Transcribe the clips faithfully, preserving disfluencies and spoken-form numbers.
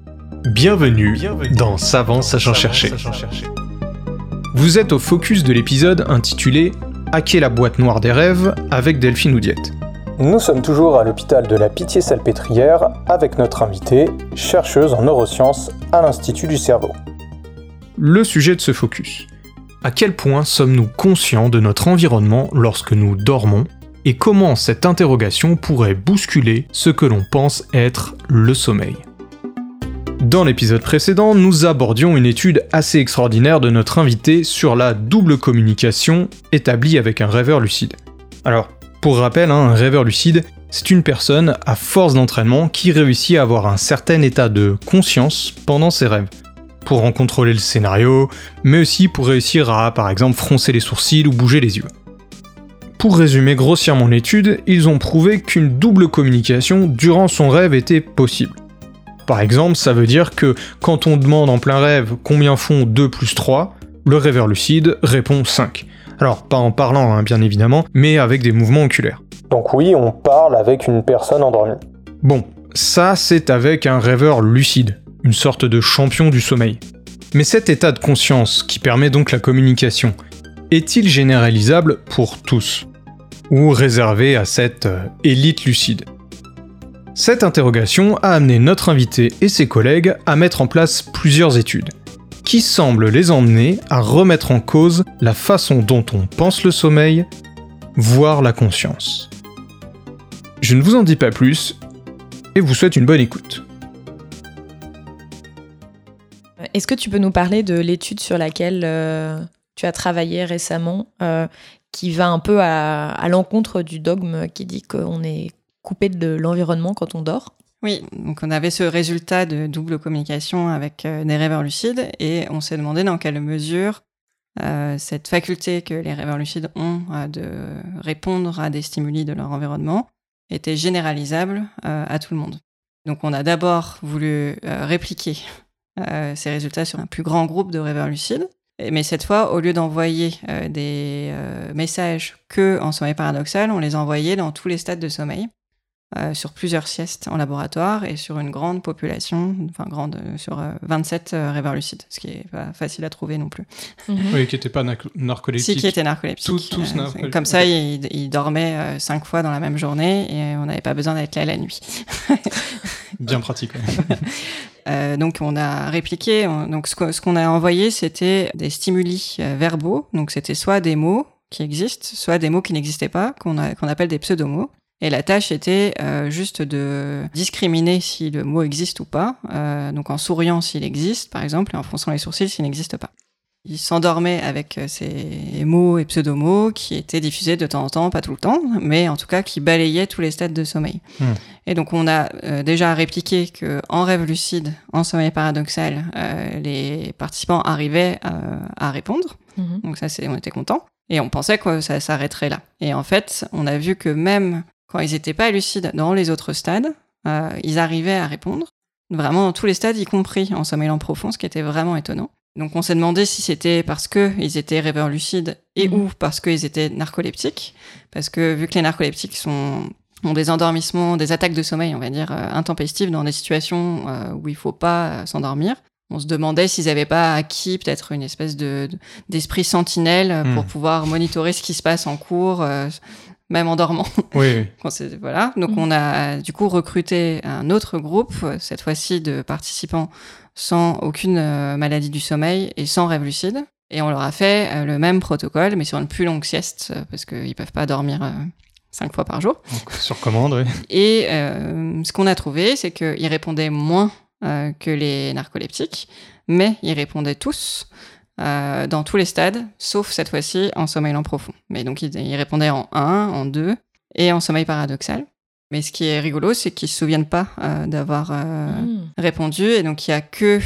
Bienvenue, Bienvenue dans Savant Sachant Chercher. Vous êtes au focus de l'épisode intitulé « Hacker la boîte noire des rêves » avec Delphine Oudiette. Nous sommes toujours à l'hôpital de la Pitié-Salpêtrière avec notre invitée, chercheuse en neurosciences à l'Institut du cerveau. Le sujet de ce focus. À quel point sommes-nous conscients de notre environnement lorsque nous dormons et comment cette interrogation pourrait bousculer ce que l'on pense être le sommeil. Dans l'épisode précédent, nous abordions une étude assez extraordinaire de notre invité sur la double communication établie avec un rêveur lucide. Alors, pour rappel, hein, un rêveur lucide, c'est une personne à force d'entraînement qui réussit à avoir un certain état de conscience pendant ses rêves, pour en contrôler le scénario, mais aussi pour réussir à, par exemple, froncer les sourcils ou bouger les yeux. Pour résumer grossièrement l'étude, ils ont prouvé qu'une double communication durant son rêve était possible. Par exemple, ça veut dire que quand on demande en plein rêve combien font deux plus trois, le rêveur lucide répond cinq. Alors, pas en parlant, hein, bien évidemment, mais avec des mouvements oculaires. Donc oui, on parle avec une personne endormie. Bon, ça c'est avec un rêveur lucide, une sorte de champion du sommeil. Mais cet état de conscience, qui permet donc la communication, est-il généralisable pour tous ? Ou réservé à cette euh, élite lucide ? Cette interrogation a amené notre invité et ses collègues à mettre en place plusieurs études, qui semblent les emmener à remettre en cause la façon dont on pense le sommeil, voire la conscience. Je ne vous en dis pas plus, et vous souhaite une bonne écoute. Est-ce que tu peux nous parler de l'étude sur laquelle euh, tu as travaillé récemment, euh, qui va un peu à, à l'encontre du dogme qui dit qu'on est coupé de l'environnement quand on dort? Oui, donc on avait ce résultat de double communication avec euh, des rêveurs lucides et on s'est demandé dans quelle mesure euh, cette faculté que les rêveurs lucides ont euh, de répondre à des stimuli de leur environnement était généralisable euh, à tout le monde. Donc on a d'abord voulu euh, répliquer euh, ces résultats sur un plus grand groupe de rêveurs lucides, mais cette fois, au lieu d'envoyer euh, des euh, messages que en sommeil paradoxal, on les envoyait dans tous les stades de sommeil. Euh, sur plusieurs siestes en laboratoire et sur une grande population, enfin grande, euh, sur euh, vingt-sept euh, rêveurs lucides, ce qui est pas facile à trouver non plus. Mm-hmm. Oui, qui n'était pas na- narcoleptique. Si, qui était narcoleptique. Tout, tous euh, narcoleptiques. Comme ça, ils il dormaient euh, cinq fois dans la même journée et on n'avait pas besoin d'être là la nuit. Bien pratique. euh, donc on a répliqué, on, donc ce, que, ce qu'on a envoyé, c'était des stimuli euh, verbaux, donc c'était soit des mots qui existent, soit des mots qui n'existaient pas, qu'on, a, qu'on appelle des pseudomots. Et la tâche était euh, juste de discriminer si le mot existe ou pas, euh, donc en souriant s'il existe, par exemple, et en fronçant les sourcils s'il n'existe pas. Il s'endormait avec ces mots et pseudomots qui étaient diffusés de temps en temps, pas tout le temps, mais en tout cas qui balayaient tous les stades de sommeil. Mmh. Et donc on a euh, déjà répliqué qu'en rêve lucide, en sommeil paradoxal, euh, les participants arrivaient euh, à répondre, mmh. donc ça c'est, on était contents, et on pensait que ça s'arrêterait là. Et en fait, on a vu que même quand ils n'étaient pas lucides dans les autres stades, euh, ils arrivaient à répondre, vraiment dans tous les stades, y compris en sommeil lent profond, ce qui était vraiment étonnant. Donc on s'est demandé si c'était parce qu'ils étaient rêveurs lucides et mmh. ou parce qu'ils étaient narcoleptiques, parce que vu que les narcoleptiques sont, ont des endormissements, des attaques de sommeil, on va dire, euh, intempestives dans des situations euh, où il ne faut pas euh, s'endormir, on se demandait s'ils n'avaient pas acquis peut-être une espèce de, de, d'esprit sentinelle mmh. pour pouvoir monitorer ce qui se passe en cours, euh, même en dormant. Oui, oui. Voilà. Donc, mmh. on a du coup recruté un autre groupe, cette fois-ci de participants sans aucune euh, maladie du sommeil et sans rêve lucide. Et on leur a fait euh, le même protocole, mais sur une plus longue sieste, euh, parce qu'ils ne peuvent pas dormir euh, cinq fois par jour. Donc, sur commande, oui. Et euh, ce qu'on a trouvé, c'est qu'ils répondaient moins euh, que les narcoleptiques, mais ils répondaient tous Euh, dans tous les stades, sauf cette fois-ci en sommeil lent profond. Mais donc, ils, ils répondaient en un, en deux et en sommeil paradoxal. Mais ce qui est rigolo, c'est qu'ils ne se souviennent pas euh, d'avoir euh, mmh. répondu. Et donc, il n'y a que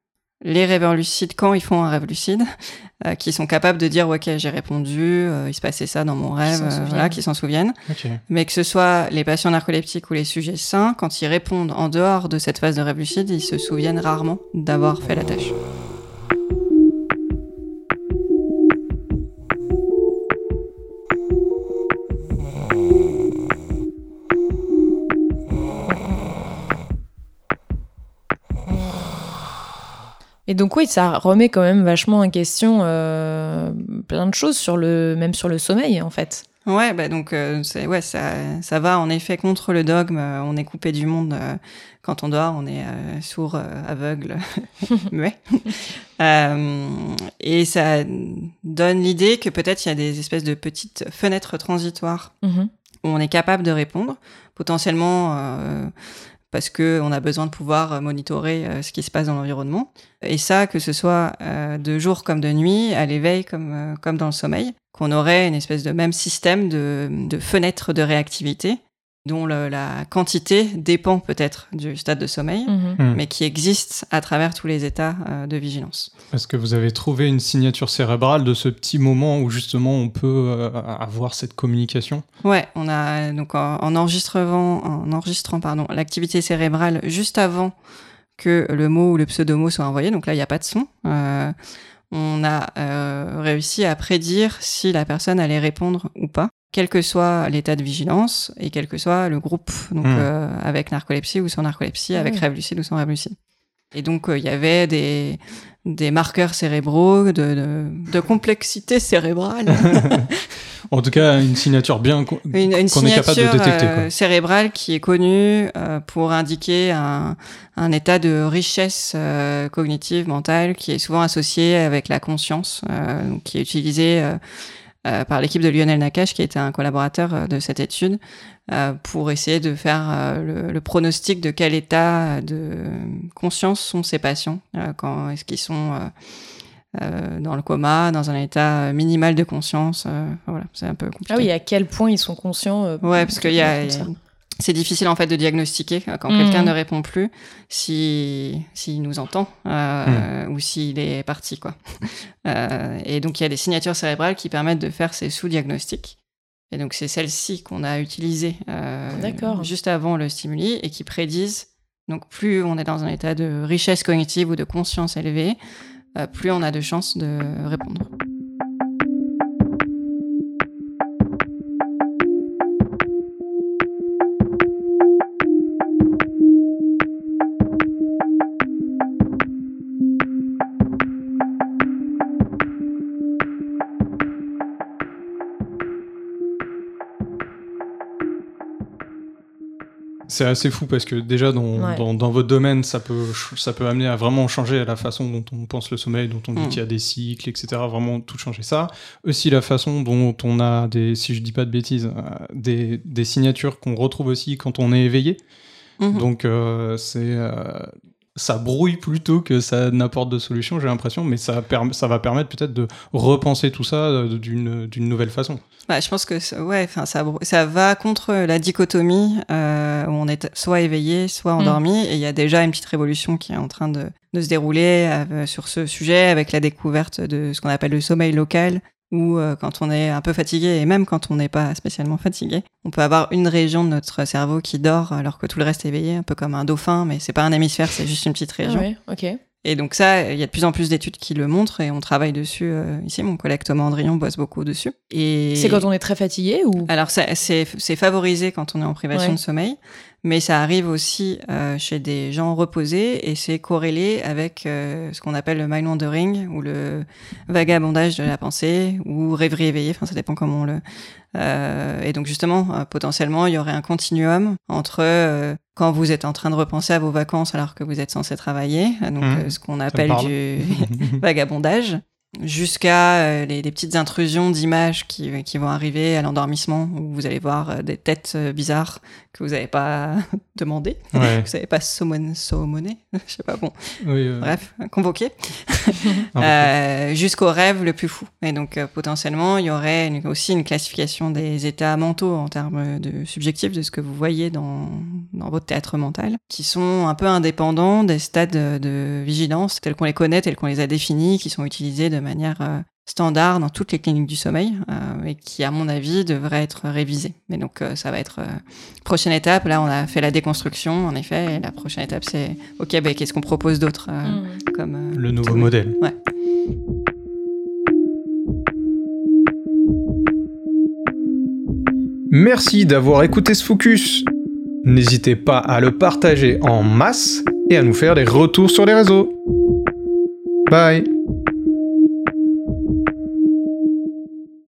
les rêveurs lucides, quand ils font un rêve lucide, euh, qui sont capables de dire « Ok, j'ai répondu, euh, il se passait ça dans mon rêve. Euh, » Voilà, qui s'en souviennent. Okay. Mais que ce soit les patients narcoleptiques ou les sujets sains, quand ils répondent en dehors de cette phase de rêve lucide, ils se souviennent rarement d'avoir fait la tâche. Et donc oui, ça remet quand même vachement en question euh, plein de choses, sur le, même sur le sommeil en fait. Ouais, bah donc euh, c'est, ouais, ça, ça va en effet contre le dogme. Euh, on est coupé du monde euh, quand on dort, on est euh, sourd, euh, aveugle, muet. euh, et ça donne l'idée que peut-être il y a des espèces de petites fenêtres transitoires mmh. où on est capable de répondre, potentiellement... Euh, parce qu'on a besoin de pouvoir monitorer euh, ce qui se passe dans l'environnement. Et ça, que ce soit euh, de jour comme de nuit, à l'éveil comme, euh, comme dans le sommeil, qu'on aurait une espèce de même système de, de fenêtres de réactivité, dont le, la quantité dépend peut-être du stade de sommeil, mmh. Mmh. mais qui existe à travers tous les états euh, de vigilance. Est-ce que vous avez trouvé une signature cérébrale de ce petit moment où justement on peut euh, avoir cette communication ? Ouais, on a donc en, en enregistrant, en enregistrant pardon, l'activité cérébrale juste avant que le mot ou le pseudomot soit envoyé, donc là il n'y a pas de son, euh, on a euh, réussi à prédire si la personne allait répondre ou pas, quel que soit l'état de vigilance et quel que soit le groupe, donc mmh. euh, avec narcolepsie ou sans narcolepsie, avec mmh. rêve lucide ou sans rêve lucide. Et donc il euh, y avait des, des marqueurs cérébraux de, de, de complexité cérébrale. En tout cas, une signature bien co- une, une qu'on est capable de détecter. Quoi. Euh, cérébrale qui est connue euh, pour indiquer un, un état de richesse euh, cognitive, mentale, qui est souvent associé avec la conscience, euh, donc, qui est utilisé euh, euh, par l'équipe de Lionel Nakache, qui était un collaborateur euh, de cette étude, euh, pour essayer de faire euh, le, le pronostic de quel état de conscience sont ces patients, euh, quand est-ce qu'ils sont... Euh, Euh, dans le coma, dans un état minimal de conscience. Euh, voilà, c'est un peu compliqué. Ah oui, à quel point ils sont conscients euh, Ouais, parce que y a, y a, c'est difficile en fait de diagnostiquer quand mmh. quelqu'un ne répond plus, si s'il nous entend euh, mmh. ou s'il est parti, quoi. euh, et donc il y a des signatures cérébrales qui permettent de faire ces sous-diagnostics. Et donc c'est celles-ci qu'on a utilisées euh, juste avant le stimuli et qui prédisent. Donc plus on est dans un état de richesse cognitive ou de conscience élevée, Euh, plus on a de chances de répondre. C'est assez fou parce que déjà dans, ouais. dans, dans votre domaine, ça peut, ça peut amener à vraiment changer la façon dont on pense le sommeil, dont on dit mmh. qu'il y a des cycles, et cetera. Vraiment tout changer ça. Aussi la façon dont on a des, si je dis pas de bêtises, des, des signatures qu'on retrouve aussi quand on est éveillé. Mmh. Donc euh, c'est... Euh, ça brouille plutôt que ça n'apporte de solution, j'ai l'impression, mais ça, per- ça va permettre peut-être de repenser tout ça d'une, d'une nouvelle façon. Bah, je pense que ouais, ça, ça va contre la dichotomie euh, où on est soit éveillé, soit endormi, mmh. et il y a déjà une petite révolution qui est en train de, de se dérouler euh, sur ce sujet, avec la découverte de ce qu'on appelle le sommeil local, où euh, quand on est un peu fatigué, et même quand on n'est pas spécialement fatigué, on peut avoir une région de notre cerveau qui dort alors que tout le reste est éveillé, un peu comme un dauphin, mais c'est pas un hémisphère, c'est juste une petite région. Ah ouais, ok. Et donc ça, il y a de plus en plus d'études qui le montrent et on travaille dessus euh, ici. Mon collègue Thomas Andrion bosse beaucoup dessus. Et c'est quand on est très fatigué ou alors c'est, c'est, c'est favorisé quand on est en privation ouais. de sommeil, mais ça arrive aussi euh, chez des gens reposés et c'est corrélé avec euh, ce qu'on appelle le mind wandering ou le vagabondage de la pensée ou rêverie éveillée. Enfin, ça dépend comment on le. Euh, et donc justement, euh, potentiellement, il y aurait un continuum entre euh, quand vous êtes en train de repenser à vos vacances alors que vous êtes censé travailler, donc mmh, euh, ce qu'on appelle du vagabondage, jusqu'à euh, les, les petites intrusions d'images qui, qui vont arriver à l'endormissement, où vous allez voir euh, des têtes euh, bizarres que vous n'avez pas demandé, ouais. que vous n'avez pas saumonné, je sais pas, bon, oui, euh... bref, convoqué, euh, jusqu'au rêve le plus fou. Et donc euh, potentiellement, il y aurait une, aussi une classification des états mentaux en termes de subjectifs de ce que vous voyez dans, dans votre théâtre mental, qui sont un peu indépendants des stades de, de vigilance tels qu'on les connaît, tels qu'on les a définis, qui sont utilisés de manière euh, standard dans toutes les cliniques du sommeil euh, et qui, à mon avis, devraient être révisés. Mais donc, euh, ça va être euh, prochaine étape. Là, on a fait la déconstruction, en effet. Et la prochaine étape, c'est OK, bah, qu'est-ce qu'on propose d'autre euh, mmh. comme euh, le nouveau modèle. Ouais. Merci d'avoir écouté ce focus. N'hésitez pas à le partager en masse et à nous faire des retours sur les réseaux. Bye.